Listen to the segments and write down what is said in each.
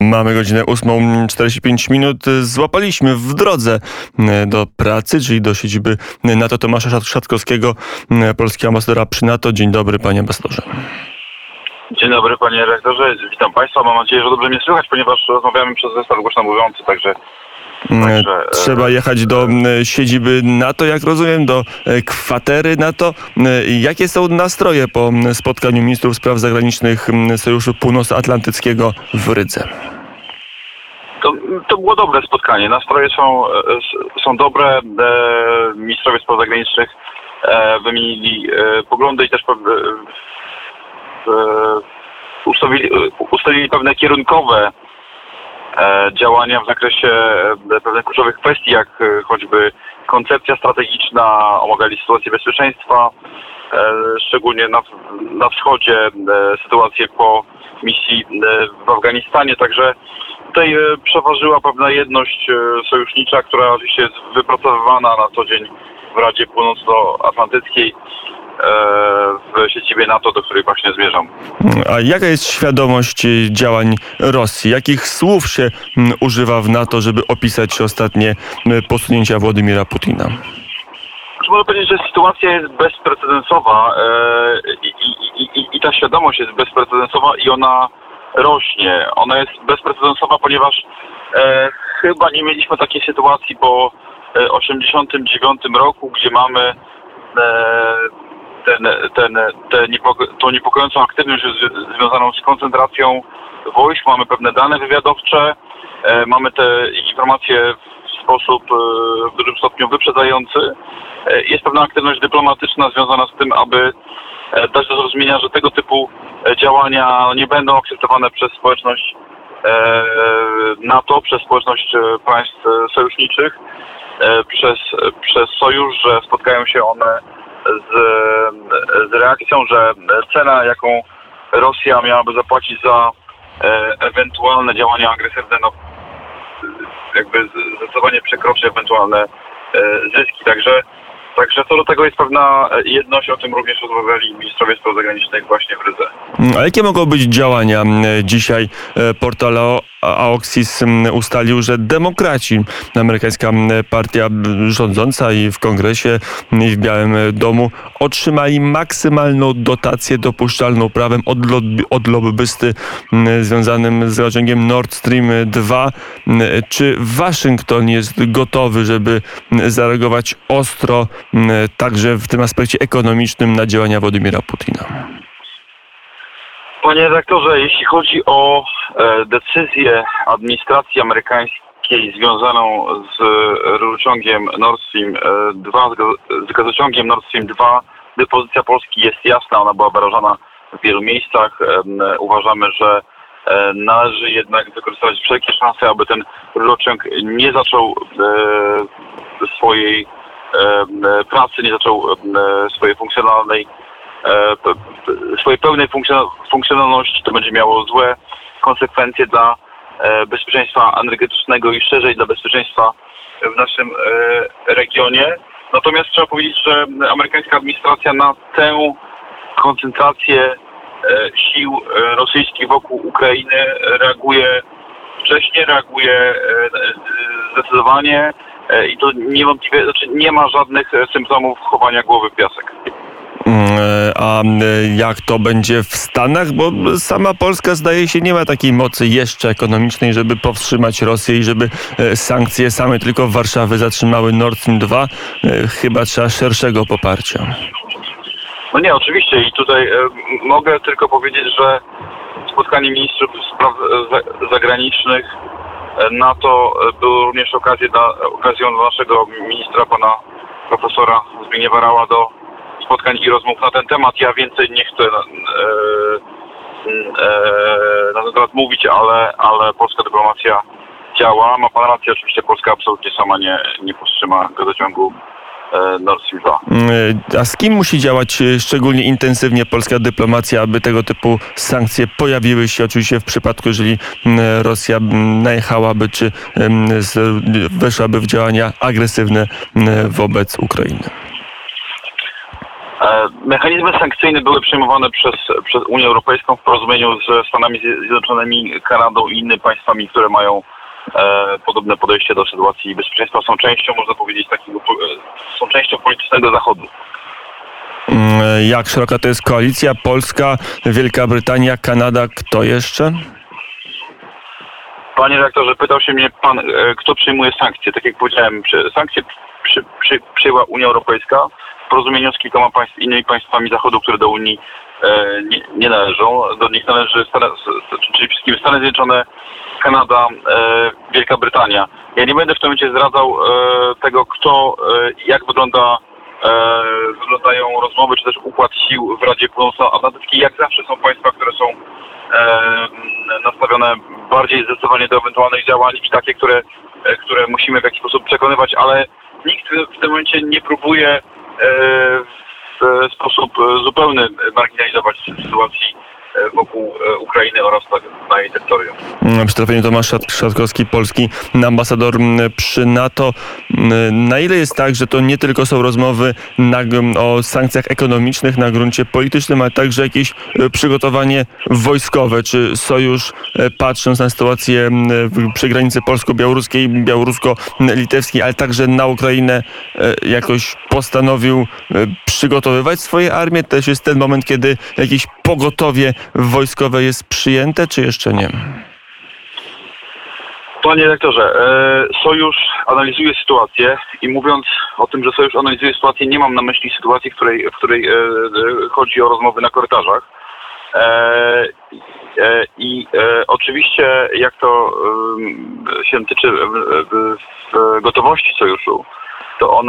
Mamy godzinę 8:45. Złapaliśmy w drodze do pracy, czyli do siedziby NATO Tomasza Szatkowskiego, polskiego ambasadora przy NATO. Dzień dobry, panie ambasadorze. Dzień dobry, panie rektorze. Witam państwa. Mam nadzieję, że dobrze mnie słychać, ponieważ rozmawiamy przez zestaw głośno mówiący, także... Trzeba jechać do siedziby NATO, jak rozumiem, do kwatery NATO. Jakie są nastroje po spotkaniu ministrów spraw zagranicznych Sojuszu Północnoatlantyckiego w Rydze? To było dobre spotkanie. Nastroje są dobre. Ministrowie spraw zagranicznych wymienili poglądy i też ustalili pewne kierunkowe działania w zakresie pewnych kluczowych kwestii, jak choćby koncepcja strategiczna, omawiali sytuację bezpieczeństwa, szczególnie na wschodzie, sytuację po misji w Afganistanie. Także tutaj przeważyła pewna jedność sojusznicza, która oczywiście jest wypracowywana na co dzień w Radzie Północnoatlantyckiej, w siedzibie NATO, do której właśnie zmierzam. A jaka jest świadomość działań Rosji? Jakich słów się używa w NATO, żeby opisać ostatnie posunięcia Władimira Putina? Można powiedzieć, że sytuacja jest bezprecedensowa i ta świadomość jest bezprecedensowa i ona rośnie. Ona jest bezprecedensowa, ponieważ chyba nie mieliśmy takiej sytuacji po 1989 roku, gdzie mamy tą niepokojącą aktywność związaną z koncentracją wojsk, mamy pewne dane wywiadowcze, mamy te informacje w sposób w dużym stopniu wyprzedzający. Jest pewna aktywność dyplomatyczna związana z tym, aby dać do zrozumienia, że tego typu działania nie będą akceptowane przez społeczność NATO, przez społeczność państw sojuszniczych, przez sojusz, że spotkają się one z reakcją, że cena, jaką Rosja miałaby zapłacić za ewentualne działania agresywne, jakby zdecydowanie przekroczy ewentualne zyski. Także co do tego jest pewna jedność, o tym również rozmawiali ministrowie spraw zagranicznych właśnie w Rydze. A jakie mogą być działania? Dzisiaj portal Aoxis ustalił, że demokraci, amerykańska partia rządząca i w Kongresie, i w Białym Domu, otrzymali maksymalną dotację dopuszczalną prawem od lobbysty związanym z rurociągiem Nord Stream 2. Czy Waszyngton jest gotowy, żeby zareagować ostro, także w tym aspekcie ekonomicznym, na działania Władimira Putina? Panie redaktorze, jeśli chodzi o decyzję administracji amerykańskiej związaną z rurociągiem Nord Stream 2, z gazociągiem Nord Stream 2, pozycja Polski jest jasna, ona była wyrażana w wielu miejscach. Uważamy, że należy jednak wykorzystać wszelkie szanse, aby ten rurociąg nie zaczął swojej pracy, nie zaczął swojej pełnej funkcjonalności. To będzie miało złe konsekwencje dla bezpieczeństwa energetycznego i szerzej dla bezpieczeństwa w naszym regionie. Natomiast trzeba powiedzieć, że amerykańska administracja na tę koncentrację sił rosyjskich wokół Ukrainy reaguje wcześnie, reaguje zdecydowanie i to niewątpliwie, nie ma żadnych symptomów chowania głowy w piasek. A jak to będzie w Stanach? Bo sama Polska, zdaje się, nie ma takiej mocy jeszcze ekonomicznej, żeby powstrzymać Rosję i żeby sankcje same tylko w Warszawie zatrzymały Nord Stream 2. Chyba trzeba szerszego poparcia. No nie, oczywiście i tutaj mogę tylko powiedzieć, że spotkanie ministrów spraw zagranicznych NATO było również okazją dla naszego ministra, pana profesora Zbigniewa Raua, do spotkań i rozmów na ten temat. Ja więcej nie chcę na ten temat mówić, ale polska dyplomacja działa. Ma pan rację, oczywiście Polska absolutnie sama nie powstrzyma gazociągu Nord Stream 2. A z kim musi działać szczególnie intensywnie polska dyplomacja, aby tego typu sankcje pojawiły się, oczywiście w przypadku, jeżeli Rosja najechałaby, czy weszłaby w działania agresywne wobec Ukrainy? Mechanizmy sankcyjne były przyjmowane przez Unię Europejską w porozumieniu ze Stanami Zjednoczonymi, Kanadą i innymi państwami, które mają podobne podejście do sytuacji bezpieczeństwa. Są częścią, można powiedzieć, są częścią politycznego Zachodu. Jak szeroka to jest koalicja? Polska, Wielka Brytania, Kanada, kto jeszcze? Panie redaktorze, pytał się mnie pan, kto przyjmuje sankcje. Tak jak powiedziałem, sankcje przyjęła Unia Europejska w porozumieniu z kilkoma innymi państwami Zachodu, które do Unii nie należą. Do nich należy czyli wszystkim Stany Zjednoczone, Kanada, Wielka Brytania. Ja nie będę w tym momencie zdradzał tego, jak wyglądają rozmowy, czy też układ sił w Radzie Północnoatlantyckiej. Jak zawsze są państwa, które są nastawione bardziej zdecydowanie do ewentualnych działań i takie, które musimy w jakiś sposób przekonywać, ale nikt w tym momencie nie próbuje w sposób zupełny marginalizować sytuacji wokół Ukrainy oraz na jej terytorium. Przy telefonie Tomasz Szatkowski, polski ambasador przy NATO. Na ile jest tak, że to nie tylko są rozmowy o sankcjach ekonomicznych na gruncie politycznym, ale także jakieś przygotowanie wojskowe? Czy sojusz, patrząc na sytuację przy granicy polsko-białoruskiej, białorusko-litewskiej, ale także na Ukrainę, jakoś postanowił przygotowywać swoje armie? Też jest ten moment, kiedy jakieś pogotowie wojskowe jest przyjęte, czy jeszcze nie? Panie rektorze, Sojusz analizuje sytuację i mówiąc o tym, że Sojusz analizuje sytuację, nie mam na myśli sytuacji, w której chodzi o rozmowy na korytarzach. Oczywiście, jak to się tyczy gotowości Sojuszu, to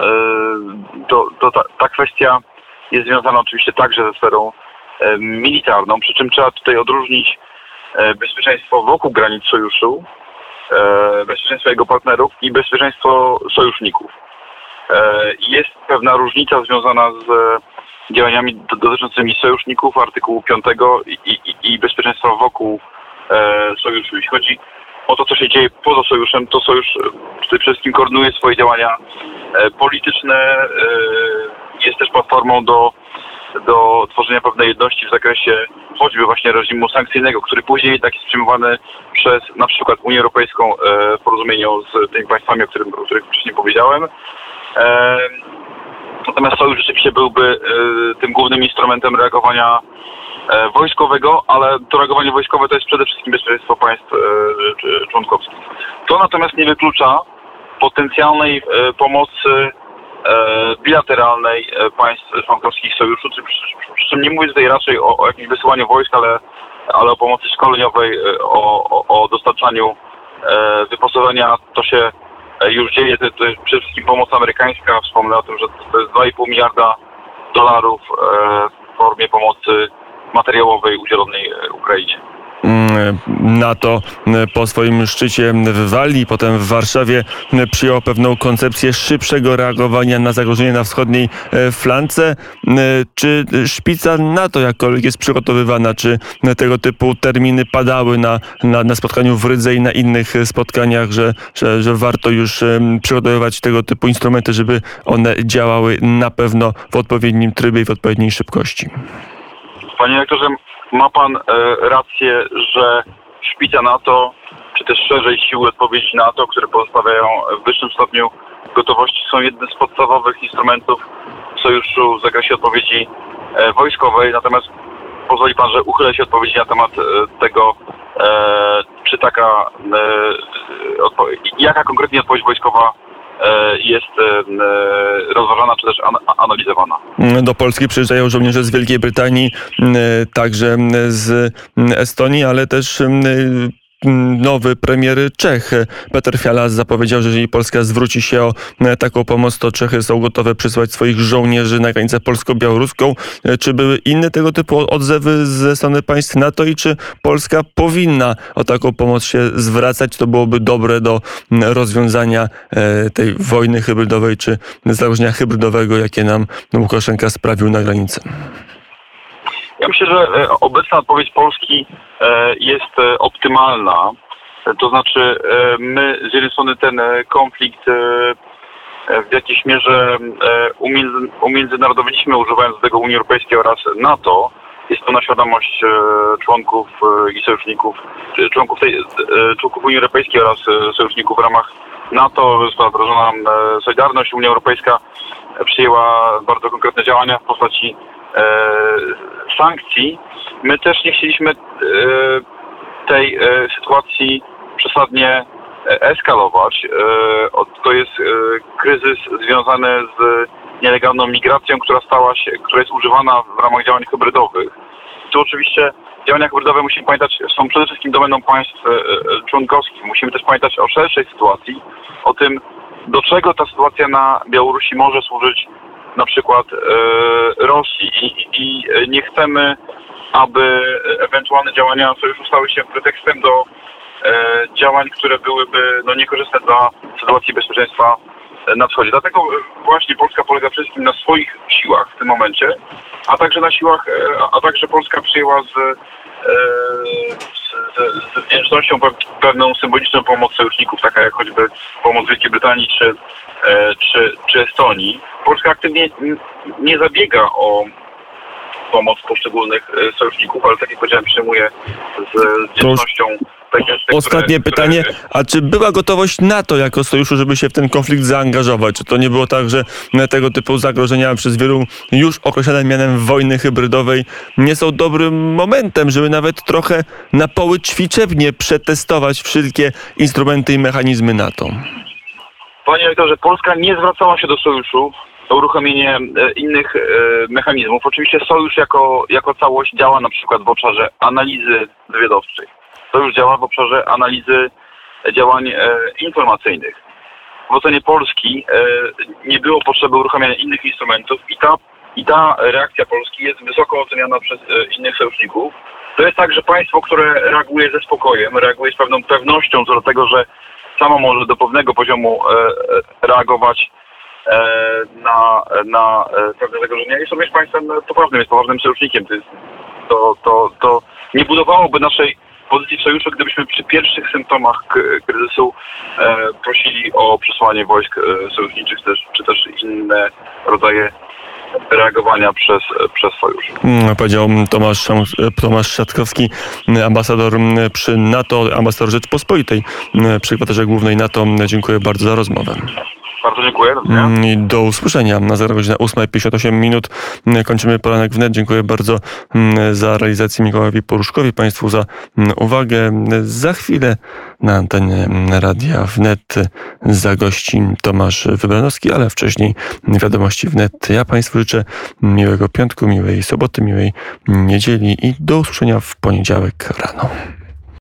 ta kwestia jest związana oczywiście także ze sferą militarną, przy czym trzeba tutaj odróżnić bezpieczeństwo wokół granic Sojuszu, bezpieczeństwo jego partnerów i bezpieczeństwo sojuszników. Jest pewna różnica związana z działaniami dotyczącymi sojuszników, artykułu 5 i bezpieczeństwa wokół Sojuszu. Jeśli chodzi o to, co się dzieje poza Sojuszem, to Sojusz przede wszystkim koordynuje swoje działania polityczne, jest też platformą do tworzenia pewnej jedności w zakresie choćby właśnie reżimu sankcyjnego, który później jednak jest przyjmowany przez na przykład Unię Europejską w porozumieniu z tymi państwami, o których wcześniej powiedziałem. Natomiast Sojusz rzeczywiście byłby tym głównym instrumentem reagowania wojskowego, ale to reagowanie wojskowe to jest przede wszystkim bezpieczeństwo państw członkowskich. To natomiast nie wyklucza potencjalnej pomocy bilateralnej państw członkowskich Sojuszu, przy czym nie mówię tutaj raczej o jakimś wysyłaniu wojsk, ale o pomocy szkoleniowej, o dostarczaniu wyposażenia. To się już dzieje, to jest przede wszystkim pomoc amerykańska. Wspomnę o tym, że to jest $2,5 miliarda w formie pomocy materiałowej udzielonej Ukrainie. NATO po swoim szczycie w Walii, potem w Warszawie przyjęło pewną koncepcję szybszego reagowania na zagrożenie na wschodniej flance. Czy szpica NATO jakkolwiek jest przygotowywana? Czy tego typu terminy padały na spotkaniu w Rydze i na innych spotkaniach, że warto już przygotowywać tego typu instrumenty, żeby one działały na pewno w odpowiednim trybie i w odpowiedniej szybkości? Panie rektorze, ma pan rację, że szpica NATO, czy też szerzej siły odpowiedzi NATO, które pozostawiają w wyższym stopniu gotowości, są jednym z podstawowych instrumentów Sojuszu w zakresie odpowiedzi wojskowej. Natomiast pozwoli pan, że uchylę się odpowiedzi na temat tego, czy jaka konkretnie odpowiedź wojskowa jest rozważana czy też analizowana. Do Polski przyjeżdżają żołnierze z Wielkiej Brytanii, także z Estonii, ale też nowy premier Czech, Petr Fiala, zapowiedział, że jeżeli Polska zwróci się o taką pomoc, to Czechy są gotowe przysłać swoich żołnierzy na granicę polsko-białoruską. Czy były inne tego typu odzewy ze strony państw NATO i czy Polska powinna o taką pomoc się zwracać? To byłoby dobre do rozwiązania tej wojny hybrydowej czy zagrożenia hybrydowego, jakie nam Łukaszenka sprawił na granicy. Ja myślę, że obecna odpowiedź Polski jest optymalna. To znaczy my z jednej strony ten konflikt w jakiejś mierze umiędzynarodowiliśmy, używając do tego Unii Europejskiej oraz NATO. Jest pełna świadomość członków i sojuszników, członków Unii Europejskiej oraz sojuszników w ramach NATO. Została wdrożona Solidarność. Unia Europejska przyjęła bardzo konkretne działania w postaci sankcji. My też nie chcieliśmy tej sytuacji przesadnie eskalować. To jest kryzys związany z nielegalną migracją, która jest używana w ramach działań hybrydowych. Tu oczywiście działania hybrydowe, musimy pamiętać, są przede wszystkim domeną państw członkowskich. Musimy też pamiętać o szerszej sytuacji, o tym, do czego ta sytuacja na Białorusi może służyć na przykład Rosji. I nie chcemy, aby ewentualne działania sojuszu stały się pretekstem do działań, które byłyby niekorzystne dla sytuacji bezpieczeństwa na wschodzie. Dlatego właśnie Polska polega przede wszystkim na swoich siłach w tym momencie, a także na siłach, a także Polska przyjęła z wdzięcznością pewną symboliczną pomoc sojuszników, taka jak choćby pomoc Wielkiej Brytanii czy Estonii. Polska aktywnie nie zabiega o pomoc poszczególnych sojuszników, ale tak jak powiedziałem, przyjmuje z wdzięcznością. Ostatnie pytanie, a czy była gotowość NATO jako sojuszu, żeby się w ten konflikt zaangażować? Czy to nie było tak, że tego typu zagrożenia przez wielu już określane mianem wojny hybrydowej nie są dobrym momentem, żeby nawet trochę na poły ćwiczebnie przetestować wszystkie instrumenty i mechanizmy NATO? Panie rektorze, Polska nie zwracała się do sojuszu o uruchomienie innych mechanizmów. Oczywiście sojusz jako całość działa na przykład w obszarze analizy wywiadowczej. Sojusz działa w obszarze analizy działań informacyjnych. W ocenie Polski nie było potrzeby uruchamiania innych instrumentów i ta reakcja Polski jest wysoko oceniana przez innych sojuszników. To jest także państwo, które reaguje ze spokojem, reaguje z pewną pewnością co do tego, że samo może do pewnego poziomu reagować na pewne zagrożenia. Jest również państwem poprawnym, jest poważnym sojusznikiem. To nie budowałoby naszej pozycji w sojuszu, gdybyśmy przy pierwszych symptomach kryzysu prosili o przesłanie wojsk sojuszniczych czy też inne rodzaje reagowania przez sojusz. Powiedział Tomasz Szatkowski, ambasador przy NATO, ambasador Rzeczpospolitej przy kwaterze głównej NATO. Dziękuję bardzo za rozmowę. Bardzo dziękuję. I do usłyszenia. Na zegarze godzina 8:58. Kończymy poranek wnet. Dziękuję bardzo za realizację Mikołajowi Poruszkowi, Państwu za uwagę. Za chwilę na antenie Radia Wnet zagości Tomasz Wybranowski, ale wcześniej wiadomości wnet. Ja Państwu życzę miłego piątku, miłej soboty, miłej niedzieli i do usłyszenia w poniedziałek rano.